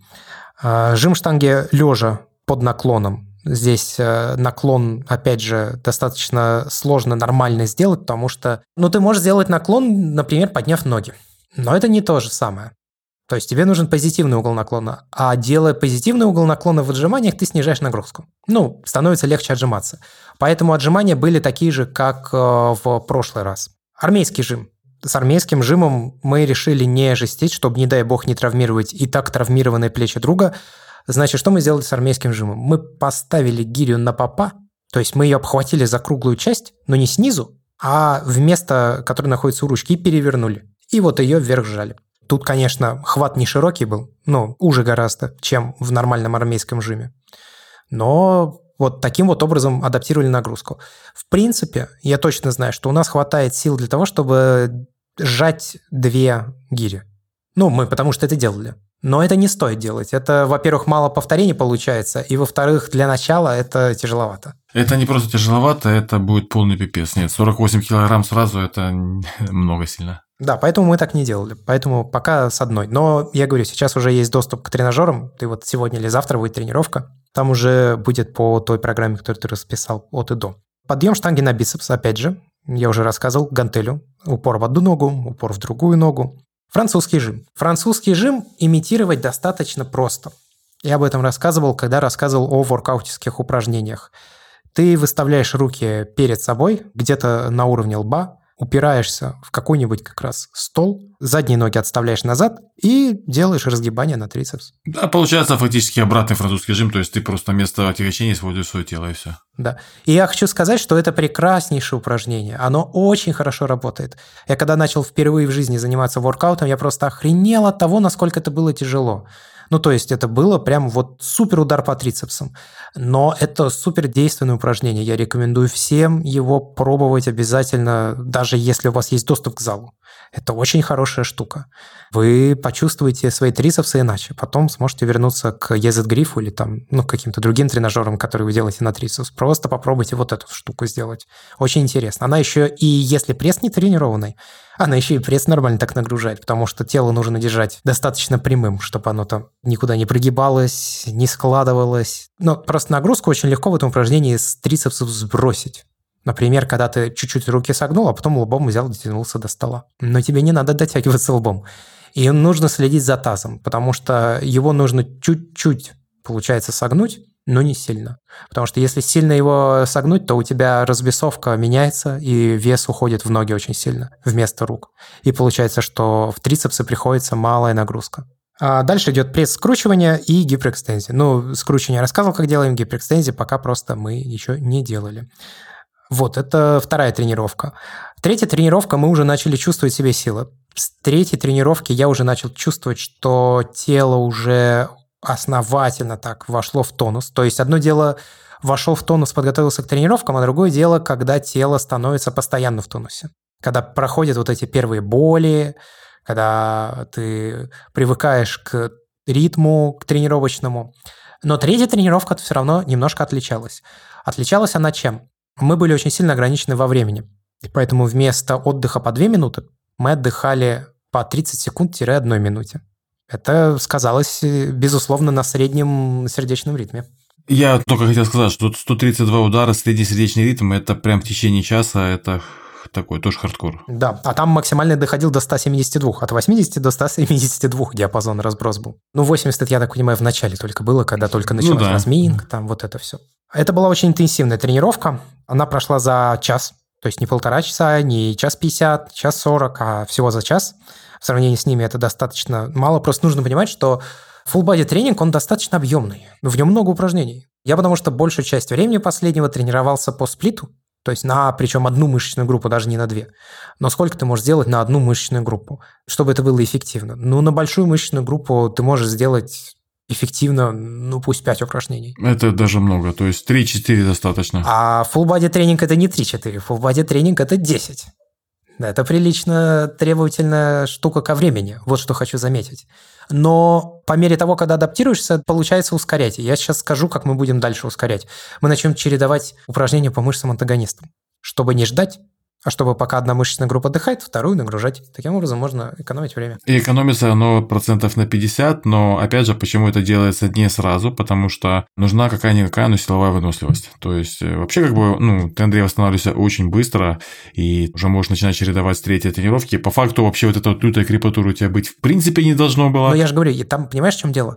Жим штанги лежа под наклоном. Здесь наклон, опять же, достаточно сложно нормально сделать, потому что, ну, ты можешь сделать наклон, например, подняв ноги. Но это не то же самое. То есть тебе нужен позитивный угол наклона, а делая позитивный угол наклона в отжиманиях, ты снижаешь нагрузку. Ну, становится легче отжиматься. Поэтому отжимания были такие же, как в прошлый раз. Армейский жим. С армейским жимом мы решили не жестить, чтобы, не дай бог, не травмировать и так травмированные плечи друга. Значит, что мы сделали с армейским жимом? Мы поставили гирю на попа, то есть мы ее обхватили за круглую часть, но не снизу, а в место, которое находится у ручки, и перевернули. И вот ее вверх сжали. Тут, конечно, хват не широкий был, но уже гораздо, чем в нормальном армейском жиме. Но вот таким вот образом адаптировали нагрузку. В принципе, я точно знаю, что у нас хватает сил для того, чтобы сжать две гири. Ну, мы потому что это делали. Но это не стоит делать. Это, во-первых, мало повторений получается, и, во-вторых, для начала это тяжеловато. Это не просто тяжеловато, это будет полный пипец. Нет, сорок восемь килограмм сразу – это много сильно. Да, поэтому мы так не делали. Поэтому пока с одной. Но я говорю, сейчас уже есть доступ к тренажерам. Ты вот сегодня или завтра будет тренировка. Там уже будет по той программе, которую ты расписал от и до. Подъем штанги на бицепс, опять же. Я уже рассказывал, гантелю. Упор в одну ногу, упор в другую ногу. Французский жим. Французский жим имитировать достаточно просто. Я об этом рассказывал, когда рассказывал о воркаутических упражнениях. Ты выставляешь руки перед собой, где-то на уровне лба, упираешься в какой-нибудь как раз стол, задние ноги отставляешь назад и делаешь разгибание на трицепс. Да, получается фактически обратный французский жим, то есть ты просто вместо отягощения используешь свое тело и все. Да. И я хочу сказать, что это прекраснейшее упражнение. Оно очень хорошо работает. Я когда начал впервые в жизни заниматься воркаутом, я просто охренел от того, насколько это было тяжело. Ну, то есть это было прям вот супер удар по трицепсам. Но это супер действенное упражнение. Я рекомендую всем его пробовать обязательно, даже если у вас есть доступ к залу. Это очень хорошая штука. Вы почувствуете свои трицепсы иначе. Потом сможете вернуться к и зет грифу или там, ну, каким-то другим тренажерам, которые вы делаете на трицепс. Просто попробуйте вот эту штуку сделать. Очень интересно. Она еще и, если пресс не тренированный, она еще и пресс нормально так нагружает, потому что тело нужно держать достаточно прямым, чтобы оно там никуда не прогибалось, не складывалось. Но просто нагрузку очень легко в этом упражнении с трицепсов сбросить. Например, когда ты чуть-чуть руки согнул, а потом лбом взял и дотянулся до стола. Но тебе не надо дотягиваться лбом. И нужно следить за тазом, потому что его нужно чуть-чуть, получается, согнуть, но не сильно. Потому что если сильно его согнуть, то у тебя развесовка меняется, и вес уходит в ноги очень сильно вместо рук. И получается, что в трицепсы приходится малая нагрузка. А дальше идет пресс-скручивание и гиперэкстензия. Ну, скручивание я рассказывал, как делаем, гиперэкстензия пока просто мы еще не делали. Вот, это вторая тренировка. Третья тренировка, мы уже начали чувствовать в себе силы. С третьей тренировки я уже начал чувствовать, что тело уже основательно так вошло в тонус. То есть одно дело вошел в тонус, подготовился к тренировкам, а другое дело, когда тело становится постоянно в тонусе. Когда проходят вот эти первые боли, когда ты привыкаешь к ритму, к тренировочному. Но третья тренировка все равно немножко отличалась. Отличалась она чем? Мы были очень сильно ограничены во времени. И поэтому вместо отдыха по две минуты мы отдыхали по тридцать секунд-одной минуте. Это сказалось, безусловно, на среднем сердечном ритме. Я только хотел сказать, что сто тридцать два удара, средний сердечный ритм, это прям в течение часа, это такой тоже хардкор. Да, а там максимально доходил до ста семидесяти двух. От восьмидесяти до ста семидесяти двух диапазон разброс был. Ну, восемьдесят, я так понимаю, в начале только было, когда только началась ну, да. разминка, там вот это все. Это была очень интенсивная тренировка. Она прошла за час. То есть не полтора часа, не час пятьдесят, час сорок, а всего за час. В сравнении с ними это достаточно мало. Просто нужно понимать, что full-body тренинг, он достаточно объемный. В нем много упражнений. Я потому что большую часть времени последнего тренировался по сплиту. То есть на, причем одну мышечную группу, даже не на две. Но сколько ты можешь сделать на одну мышечную группу, чтобы это было эффективно? Ну, на большую мышечную группу ты можешь сделать эффективно, ну, пусть пять упражнений. Это даже много, то есть три-четыре достаточно. А full-body тренинг – это не три-четыре, full-body тренинг – это десять. Это прилично требовательная штука ко времени, вот что хочу заметить. Но по мере того, когда адаптируешься, получается ускорять. Я сейчас скажу, как мы будем дальше ускорять. Мы начнем чередовать упражнения по мышцам-антагонистам, чтобы не ждать, а чтобы пока одна мышечная группа отдыхает, вторую нагружать. Таким образом можно экономить время. И экономится оно процентов на пятьдесят, но опять же, почему это делается не сразу? Потому что нужна какая-никакая, но силовая выносливость. То есть вообще как бы, ну, ты, Андрей, восстанавливаешься очень быстро, и уже можешь начинать чередовать с третьей тренировки. По факту вообще вот эта вот лютая крепатура у тебя быть в принципе не должно было. Но я же говорю, и там, понимаешь, в чем дело?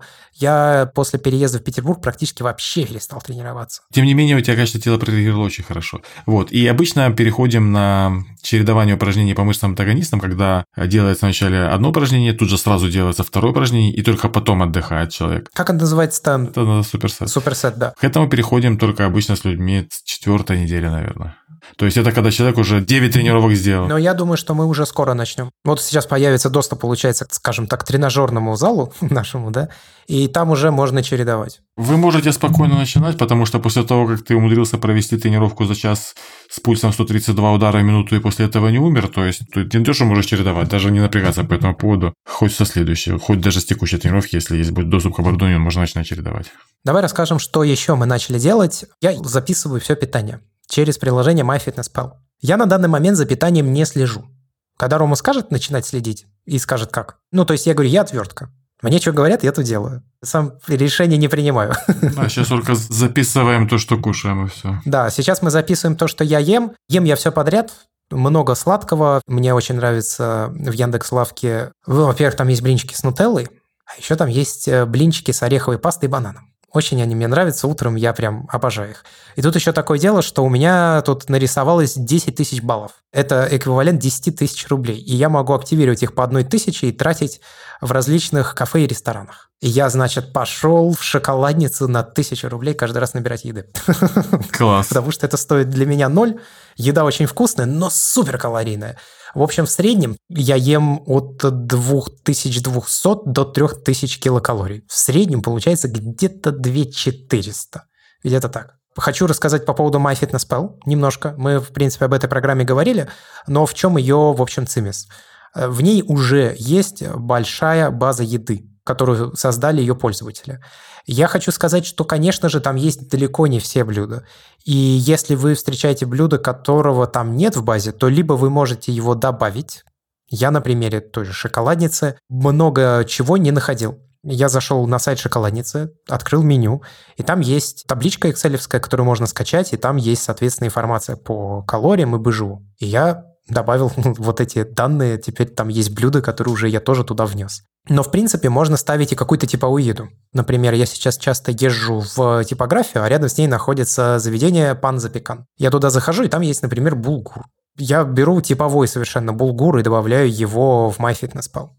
Я после переезда в Петербург практически вообще перестал тренироваться. Тем не менее, у тебя, конечно, тело прореагировало очень хорошо. Вот, и обычно переходим на чередование упражнений по мышцам-антагонистам, когда делается вначале одно упражнение, тут же сразу делается второе упражнение, и только потом отдыхает человек. Как это называется там? Это надо суперсет. Суперсет, да. К этому переходим только обычно с людьми с четвертой недели, наверное. То есть это когда человек уже девять тренировок сделал. Но я думаю, что мы уже скоро начнем. Вот сейчас появится доступ, получается, скажем так, к тренажерному залу нашему, да, и там уже можно чередовать. Вы можете спокойно начинать, потому что после того, как ты умудрился провести тренировку за час с пульсом сто тридцать два удара в минуту и после этого не умер, то есть ты не то, что можешь чередовать, даже не напрягаться по этому поводу, хоть со следующей, хоть даже с текущей тренировки, если есть будет доступ к оборудованию, можно начинать чередовать. Давай расскажем, что еще мы начали делать. Я записываю все питание через приложение MyFitnessPal. Я на данный момент за питанием не слежу. Когда Рома скажет начинать следить и скажет как. Ну, то есть я говорю, я отвертка. Мне что говорят, я то делаю. Сам решение не принимаю. Да, сейчас только записываем то, что кушаем, и все. Да, сейчас мы записываем то, что я ем. Ем я все подряд. Много сладкого. Мне очень нравится в Яндекс.Лавке. Во-первых, там есть блинчики с нутеллой. А еще там есть блинчики с ореховой пастой и бананом. Очень они мне нравятся, утром я прям обожаю их. И тут еще такое дело, что у меня тут нарисовалось десять тысяч баллов. Это эквивалент десять тысяч рублей. И я могу активировать их по одной тысяче и тратить в различных кафе и ресторанах. И я, значит, пошел в шоколадницу на тысячу рублей каждый раз набирать еды. Класс. Потому что это стоит для меня ноль. Еда очень вкусная, но суперкалорийная. В общем, в среднем я ем от две тысячи двести до три тысячи килокалорий. В среднем получается где-то две тысячи четыреста. Где-то так. Хочу рассказать по поводу MyFitnessPal немножко. Мы, в принципе, об этой программе говорили, но в чем ее, в общем, цимис? В ней уже есть большая база еды, которую создали ее пользователи. Я хочу сказать, что, конечно же, там есть далеко не все блюда. И если вы встречаете блюдо, которого там нет в базе, то либо вы можете его добавить. Я на примере той же шоколадницы много чего не находил. Я зашел на сайт шоколадницы, открыл меню, и там есть табличка экселевская, которую можно скачать, и там есть, соответственно, информация по калориям и БЖУ. И я добавил вот эти данные, теперь там есть блюда, которые уже я тоже туда внес. Но, в принципе, можно ставить и какую-то типовую еду. Например, я сейчас часто езжу в типографию, а рядом с ней находится заведение «Пан Запекан». Я туда захожу, и там есть, например, булгур. Я беру типовой совершенно булгур и добавляю его в MyFitnessPal.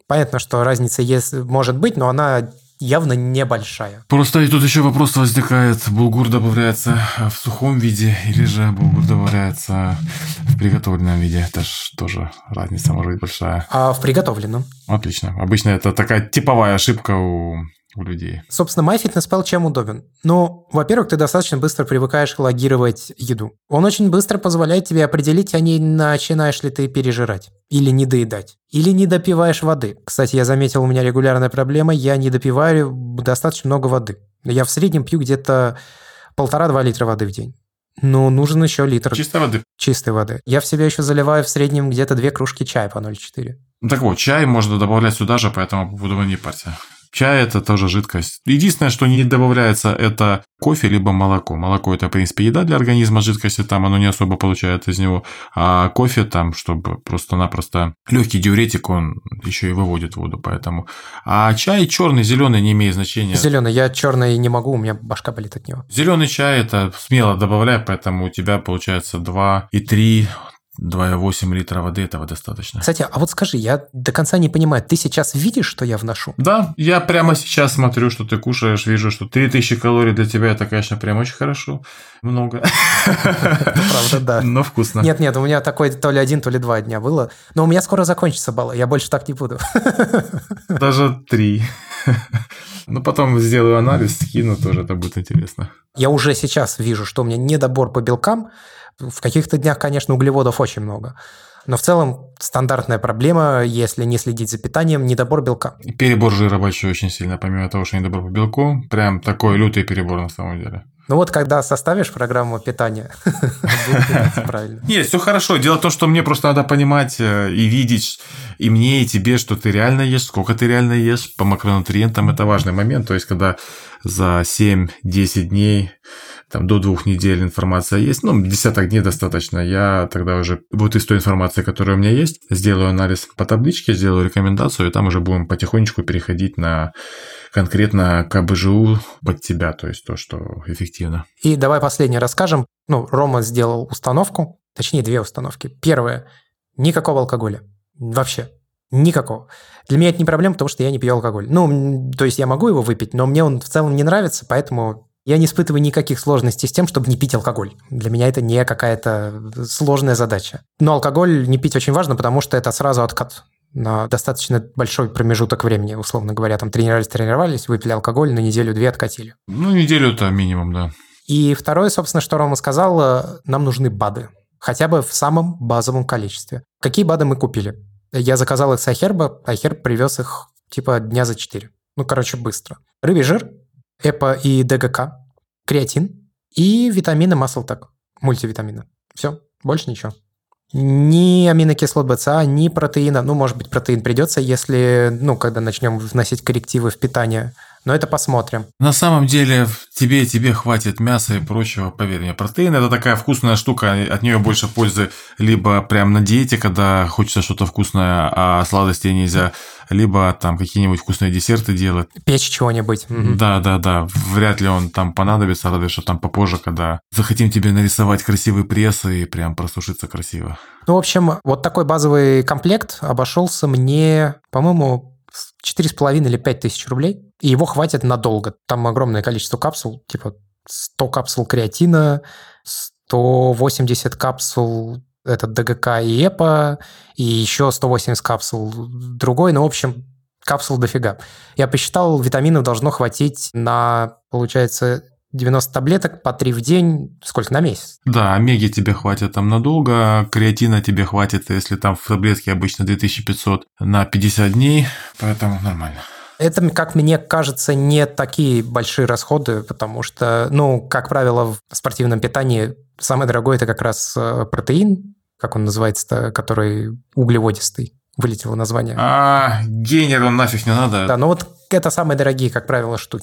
Понятно, что разница есть, может быть, но она явно небольшая. Просто и тут еще вопрос возникает, булгур добавляется в сухом виде или же булгур добавляется в приготовленном виде. Это ж тоже разница может быть большая. А в приготовленном? Отлично. Обычно это такая типовая ошибка у, у людей. Собственно, MyFitnessPal чем удобен? Ну, во-первых, ты достаточно быстро привыкаешь логировать еду. Он очень быстро позволяет тебе определить, а не начинаешь ли ты пережирать или не доедать, или не допиваешь воды. Кстати, я заметил, у меня регулярная проблема, я не допиваю достаточно много воды. Я в среднем пью где-то полтора-два литра воды в день. Но нужен еще литр. Чистой воды. Чистой воды. Я в себя еще заливаю в среднем где-то две кружки чая по ноль целых четыре десятых. Ну, так вот, чай можно добавлять сюда же, поэтому по поводу не парься. Чай – это тоже жидкость. Единственное, что не добавляется, это кофе либо молоко. Молоко – это, в принципе, еда для организма, жидкости там оно не особо получает из него. А кофе там, чтобы просто-напросто легкий диуретик, он еще и выводит воду, поэтому. А чай черный, зеленый не имеет значения. Зеленый. Я черный не могу, у меня башка болит от него. Зеленый чай – это смело добавляй, поэтому у тебя получается два и три два и восемь литра воды, этого достаточно. Кстати, а вот скажи, я до конца не понимаю, ты сейчас видишь, что я вношу? Да, я прямо сейчас смотрю, что ты кушаешь, вижу, что три тысячи калорий для тебя, это, конечно, прям очень хорошо. Много. Правда, да. Но вкусно. Нет-нет, у меня такой то ли один, то ли два дня было. Но у меня скоро закончится балл, я больше так не буду. Даже три. Ну, потом сделаю анализ, скину тоже, это будет интересно. Я уже сейчас вижу, что у меня недобор по белкам. В каких-то днях, конечно, углеводов очень много. Но в целом стандартная проблема, если не следить за питанием, недобор белка. Перебор жира большой очень сильно, помимо того, что недобор по белку. Прям такой лютый перебор на самом деле. Ну вот, когда составишь программу питания, будет питаться правильно. Нет, все хорошо. Дело в том, что мне просто надо понимать и видеть и мне, и тебе, что ты реально ешь, сколько ты реально ешь. По макронутриентам это важный момент. То есть, когда за семь-десять дней, там, до двух недель информация есть, ну, десяток дней достаточно, я тогда уже вот из той информации, которая у меня есть, сделаю анализ по табличке, сделаю рекомендацию, и там уже будем потихонечку переходить на конкретно КБЖУ под тебя, то есть то, что эффективно. И давай последнее расскажем. Ну, Рома сделал установку, точнее, две установки. Первая – никакого алкоголя. Вообще. Никакого. Для меня это не проблема, потому что я не пью алкоголь. Ну, то есть я могу его выпить, но мне он в целом не нравится, поэтому я не испытываю никаких сложностей с тем, чтобы не пить алкоголь. Для меня это не какая-то сложная задача. Но алкоголь не пить очень важно, потому что это сразу откат на достаточно большой промежуток времени, условно говоря. Там тренировались, тренировались, выпили алкоголь, на неделю-две откатили. Ну, неделю-то минимум, да. И второе, собственно, что Рома сказал, нам нужны БАДы. Хотя бы в самом базовом количестве. Какие БАДы мы купили? Я заказал их с iHerb, iHerb привез их типа дня за четыре. Ну, короче, быстро. Рыбий жир, ЭПА и ДГК, креатин и витамины Muscle-Tech, мультивитамины. Все, больше ничего. Ни аминокислот БЦА, ни протеина. Ну, может быть, протеин придется, если, ну, когда начнем вносить коррективы в питание. Но это посмотрим. На самом деле, тебе тебе хватит мяса и прочего, поверь мне. Протеин – это такая вкусная штука, от нее больше пользы либо прям на диете, когда хочется что-то вкусное, а сладостей нельзя, либо там какие-нибудь вкусные десерты делать. Печь чего-нибудь. Да, да, да. Вряд ли он там понадобится, разве что там попозже, когда захотим тебе нарисовать красивый пресс и прям просушиться красиво. Ну, в общем, вот такой базовый комплект обошелся мне, по-моему, четыре с половиной или пять тысяч рублей, и его хватит надолго. Там огромное количество капсул, типа сто капсул креатина, сто восемьдесят капсул этот ДГК и ЭПА, и еще сто восемьдесят капсул другой, ну, в общем, капсул дофига. Я посчитал, витаминов должно хватить на, получается, девяносто таблеток по три в день, сколько, на месяц? Да, омеги тебе хватит там надолго, креатина тебе хватит, если там в таблетке обычно две тысячи пятьсот на пятьдесят дней, поэтому нормально. Это, как мне кажется, не такие большие расходы, потому что, ну, как правило, в спортивном питании самое дорогое – это как раз протеин, как он называется-то, который углеводистый. Вылетело название. А, гейнер, он нафиг не надо. Да, но вот это самые дорогие, как правило, штуки.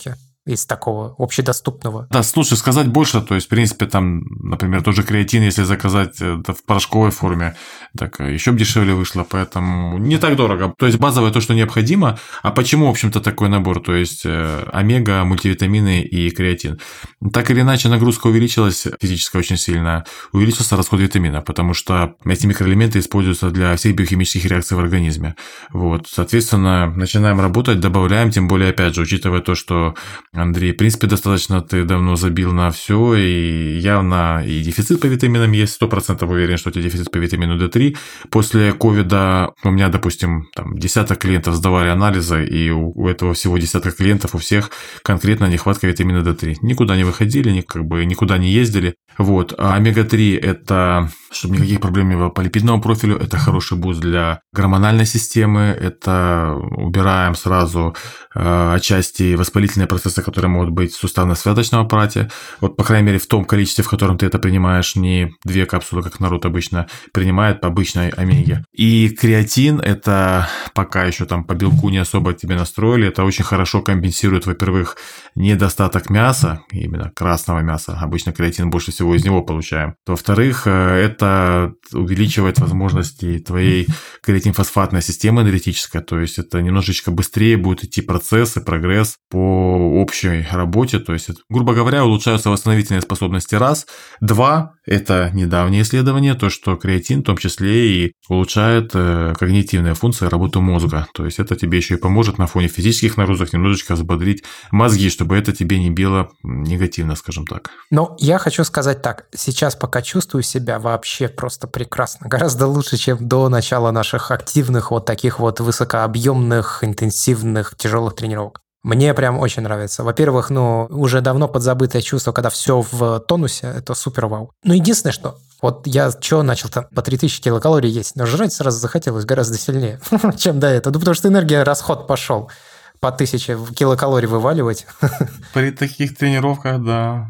из такого общедоступного? Да, слушай, сказать больше, то есть, в принципе, там, например, тот же креатин, если заказать это в порошковой форме, так еще бы дешевле вышло, поэтому не так дорого. То есть, базовое то, что необходимо. А почему, в общем-то, такой набор? То есть, омега, мультивитамины и креатин. Так или иначе, нагрузка увеличилась физически очень сильно, увеличился расход витамина, потому что эти микроэлементы используются для всех биохимических реакций в организме. Вот, соответственно, начинаем работать, добавляем, тем более, опять же, учитывая то, что Андрей, в принципе, достаточно ты давно забил на все, и явно и дефицит по витаминам есть, сто процентов уверен, что у тебя дефицит по витамину дэ три. После ковида у меня, допустим, там десяток клиентов сдавали анализы, и у этого всего десятка клиентов у всех конкретно нехватка витамина дэ три. Никуда не выходили, как бы никуда не ездили. Вот. А омега три – это, чтобы никаких проблем не было по липидному профилю, это хороший буст для гормональной системы, это убираем сразу э, отчасти воспалительные процессы, которые могут быть в суставно-связочном аппарате. Вот, по крайней мере, в том количестве, в котором ты это принимаешь, не две капсулы, как народ обычно принимает по обычной омеге. И креатин – это пока еще там по белку не особо тебе настроили, это очень хорошо компенсирует, во-первых, недостаток мяса, именно красного мяса, обычно креатин больше всего из него получаем. Во-вторых, это увеличивает возможности твоей креатинфосфатной системы энергетической, то есть это немножечко быстрее будет идти процесс и прогресс по общей работе, то есть, это, грубо говоря, улучшаются восстановительные способности раз. Два, это недавнее исследование, то, что креатин в том числе и улучшает когнитивные функции работы мозга, то есть это тебе еще и поможет на фоне физических нагрузок немножечко взбодрить мозги, чтобы это тебе не било негативно, скажем так. Но я хочу сказать так, сейчас пока чувствую себя вообще просто прекрасно, гораздо лучше, чем до начала наших активных вот таких вот высокообъемных, интенсивных, тяжелых тренировок. Мне прям очень нравится. Во-первых, ну, уже давно подзабытое чувство, когда все в тонусе, это супер вау. Ну, единственное, что вот я что начал-то по три тысячи килокалорий есть, но жрать сразу захотелось гораздо сильнее, чем до этого. Ну, потому что энергия, расход пошел. По тысяче килокалорий вываливать. При таких тренировках, да.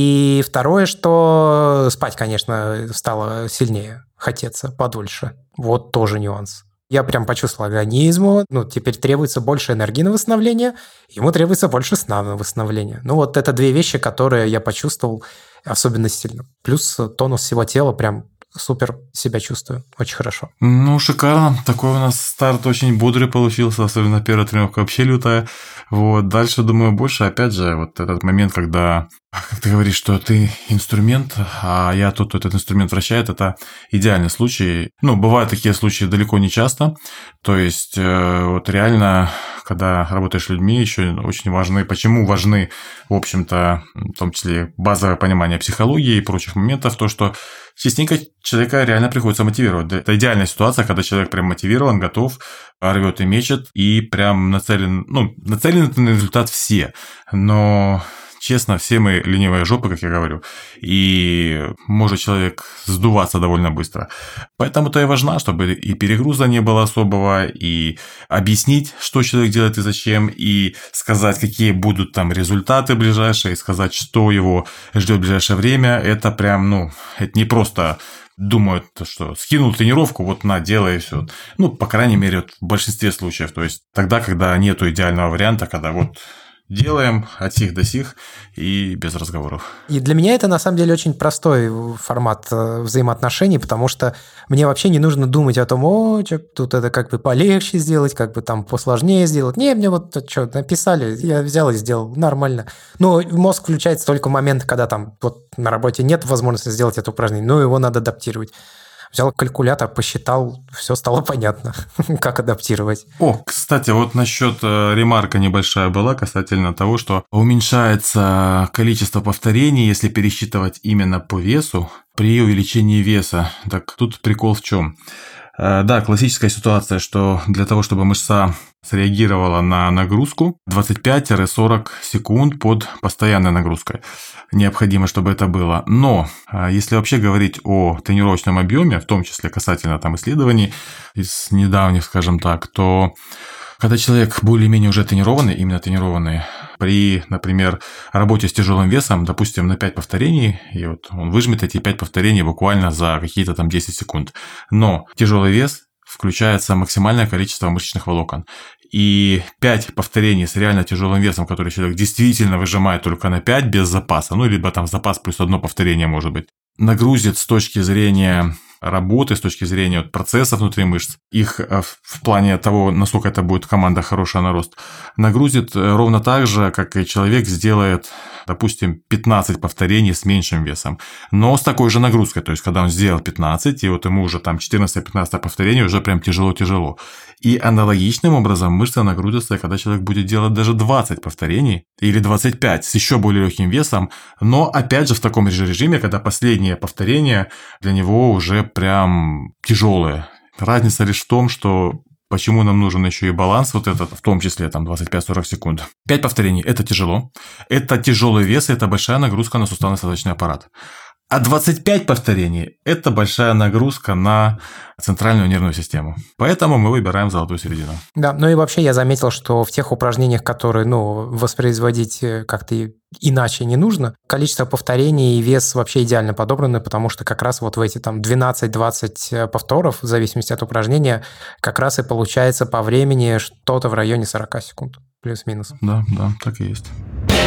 И второе, что спать, конечно, стало сильнее хотеться подольше. Вот тоже нюанс. Я прям почувствовал организму, ну, теперь требуется больше энергии на восстановление, ему требуется больше сна на восстановление. Ну, вот это две вещи, которые я почувствовал особенно сильно. Плюс тонус всего тела прям супер себя чувствую, очень хорошо. Ну, шикарно. Такой у нас старт очень бодрый получился, особенно первая тренировка вообще лютая. Вот. Дальше, думаю, больше, опять же, вот этот момент, когда, как ты говоришь, что ты инструмент, а я тут этот инструмент вращает, это идеальный случай. Ну, бывают такие случаи далеко не часто. То есть, вот реально, когда работаешь с людьми, еще очень важны, почему важны, в общем-то, в том числе базовое понимание психологии и прочих моментов, то, что частенько человека реально приходится мотивировать. Это идеальная ситуация, когда человек прям мотивирован, готов, рвет и мечет, и прям нацелен, ну, нацелен на результат все. Но честно, все мы ленивые жопы, как я говорю, и может человек сдуваться довольно быстро. Поэтому-то и важно, чтобы и перегруза не было особого, и объяснить, что человек делает и зачем, и сказать, какие будут там результаты ближайшие, и сказать, что его ждет в ближайшее время. Это прям, ну, это не просто думают, что скинул тренировку, вот на, делай все. Ну, по крайней мере, вот в большинстве случаев. То есть тогда, когда нету идеального варианта, когда вот делаем от сих до сих и без разговоров. И для меня это, на самом деле, очень простой формат взаимоотношений, потому что мне вообще не нужно думать о том, о, что тут это как бы полегче сделать, как бы там посложнее сделать. Не, мне вот что, написали, я взял и сделал, нормально. Но мозг включается только в момент, когда там вот на работе нет возможности сделать это упражнение, но его надо адаптировать. Взял калькулятор, посчитал, все стало понятно, как адаптировать. О, кстати, вот насчет ремарка небольшая была касательно того, что уменьшается количество повторений, если пересчитывать именно по весу, при увеличении веса. Так тут прикол в чем? Да, классическая ситуация, что для того, чтобы мышца среагировала на нагрузку, двадцать пять - сорок секунд под постоянной нагрузкой. Необходимо, чтобы это было. Но если вообще говорить о тренировочном объеме, в том числе касательно там исследований из недавних, скажем так, то когда человек более-менее уже тренированный, именно тренированный, при, например, работе с тяжелым весом, допустим, на пять повторений, и вот он выжмет эти пять повторений буквально за какие-то там десять секунд. Но тяжелый вес включается максимальное количество мышечных волокон. и пять повторений с реально тяжелым весом, который человек действительно выжимает только на пять без запаса, ну, либо там запас плюс одно повторение может быть, нагрузит с точки зрения работы, с точки зрения процессов внутри мышц, их в плане того, насколько это будет команда хорошая на рост, нагрузит ровно так же, как и человек сделает, допустим, пятнадцать повторений с меньшим весом, но с такой же нагрузкой, то есть, когда он сделал пятнадцать, и вот ему уже там четырнадцать-пятнадцать повторений, уже прям тяжело-тяжело. И аналогичным образом мышцы нагрузятся, когда человек будет делать даже двадцать повторений или двадцать пять с еще более легким весом, но опять же в таком же режиме, когда последнее повторение для него уже прям тяжелые. Разница лишь в том, что почему нам нужен еще и баланс вот этот, в том числе там двадцать пять-сорок секунд. пять повторений – это тяжело. Это тяжелый вес, это большая нагрузка на суставно-связочный аппарат. А двадцать пять повторений – это большая нагрузка на центральную нервную систему. Поэтому мы выбираем золотую середину. Да, ну и вообще я заметил, что в тех упражнениях, которые, ну, воспроизводить как-то иначе не нужно, количество повторений и вес вообще идеально подобраны, потому что как раз вот в эти там двенадцать-двадцать повторов, в зависимости от упражнения, как раз и получается по времени что-то в районе сорок секунд, плюс-минус. Да, да, так и есть.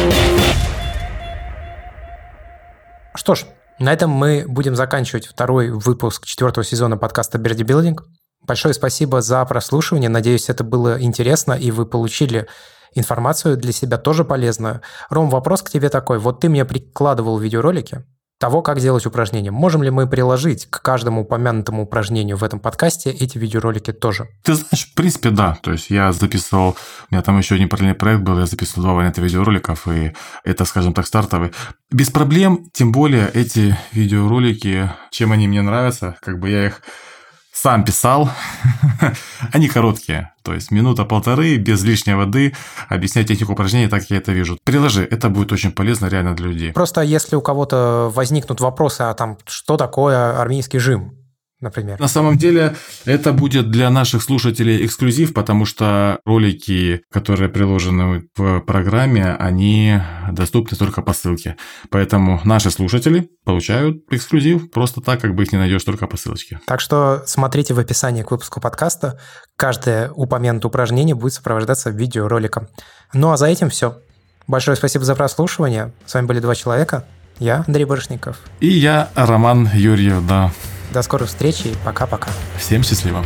Что ж, на этом мы будем заканчивать второй выпуск четвертого сезона подкаста Birdie Building. Большое спасибо за прослушивание. Надеюсь, это было интересно, и вы получили информацию для себя тоже полезную. Ром, вопрос к тебе такой. Вот ты мне прикладывал видеоролики того, как делать упражнения. Можем ли мы приложить к каждому упомянутому упражнению в этом подкасте эти видеоролики тоже? Ты знаешь, в принципе, да. То есть я записывал, у меня там еще один параллельный проект был, я записывал два варианта видеороликов, и это, скажем так, стартовый. Без проблем, тем более эти видеоролики, чем они мне нравятся, как бы я их сам писал, они короткие, то есть минута-полторы, без лишней воды, объяснять технику упражнений, так я это вижу. Приложи, это будет очень полезно реально для людей. Просто если у кого-то возникнут вопросы, а там, что такое армейский жим, например? На самом деле, это будет для наших слушателей эксклюзив, потому что ролики, которые приложены в программе, они доступны только по ссылке. Поэтому наши слушатели получают эксклюзив просто так, как бы их не найдешь только по ссылочке. Так что смотрите в описании к выпуску подкаста. Каждое упомянутое упражнение будет сопровождаться видеороликом. Ну а за этим все. Большое спасибо за прослушивание. С вами были два человека. Я, Андрей Барышников. И я, Роман Юрьев, да. До скорых встреч и пока-пока. Всем счастливо.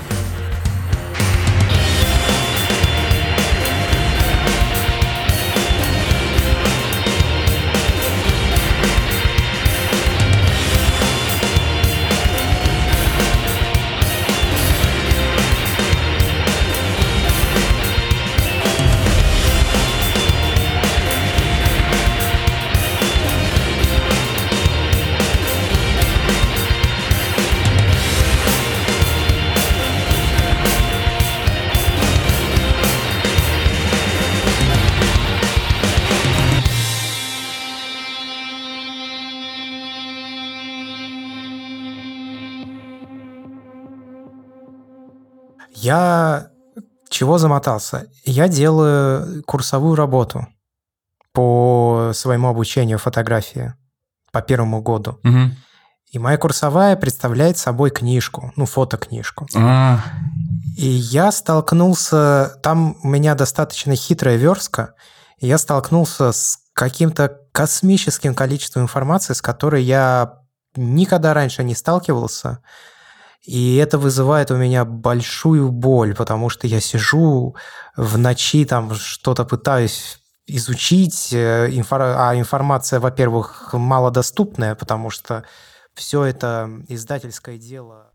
Я чего замотался? Я делаю курсовую работу по своему обучению фотографии по первому году. Угу. И моя курсовая представляет собой книжку, ну, фотокнижку. А. И я столкнулся... Там у меня достаточно хитрая верстка, и я столкнулся с каким-то космическим количеством информации, с которой я никогда раньше не сталкивался. И это вызывает у меня большую боль, потому что я сижу в ночи, там что-то пытаюсь изучить, а информация, во-первых, малодоступная, потому что все это издательское дело...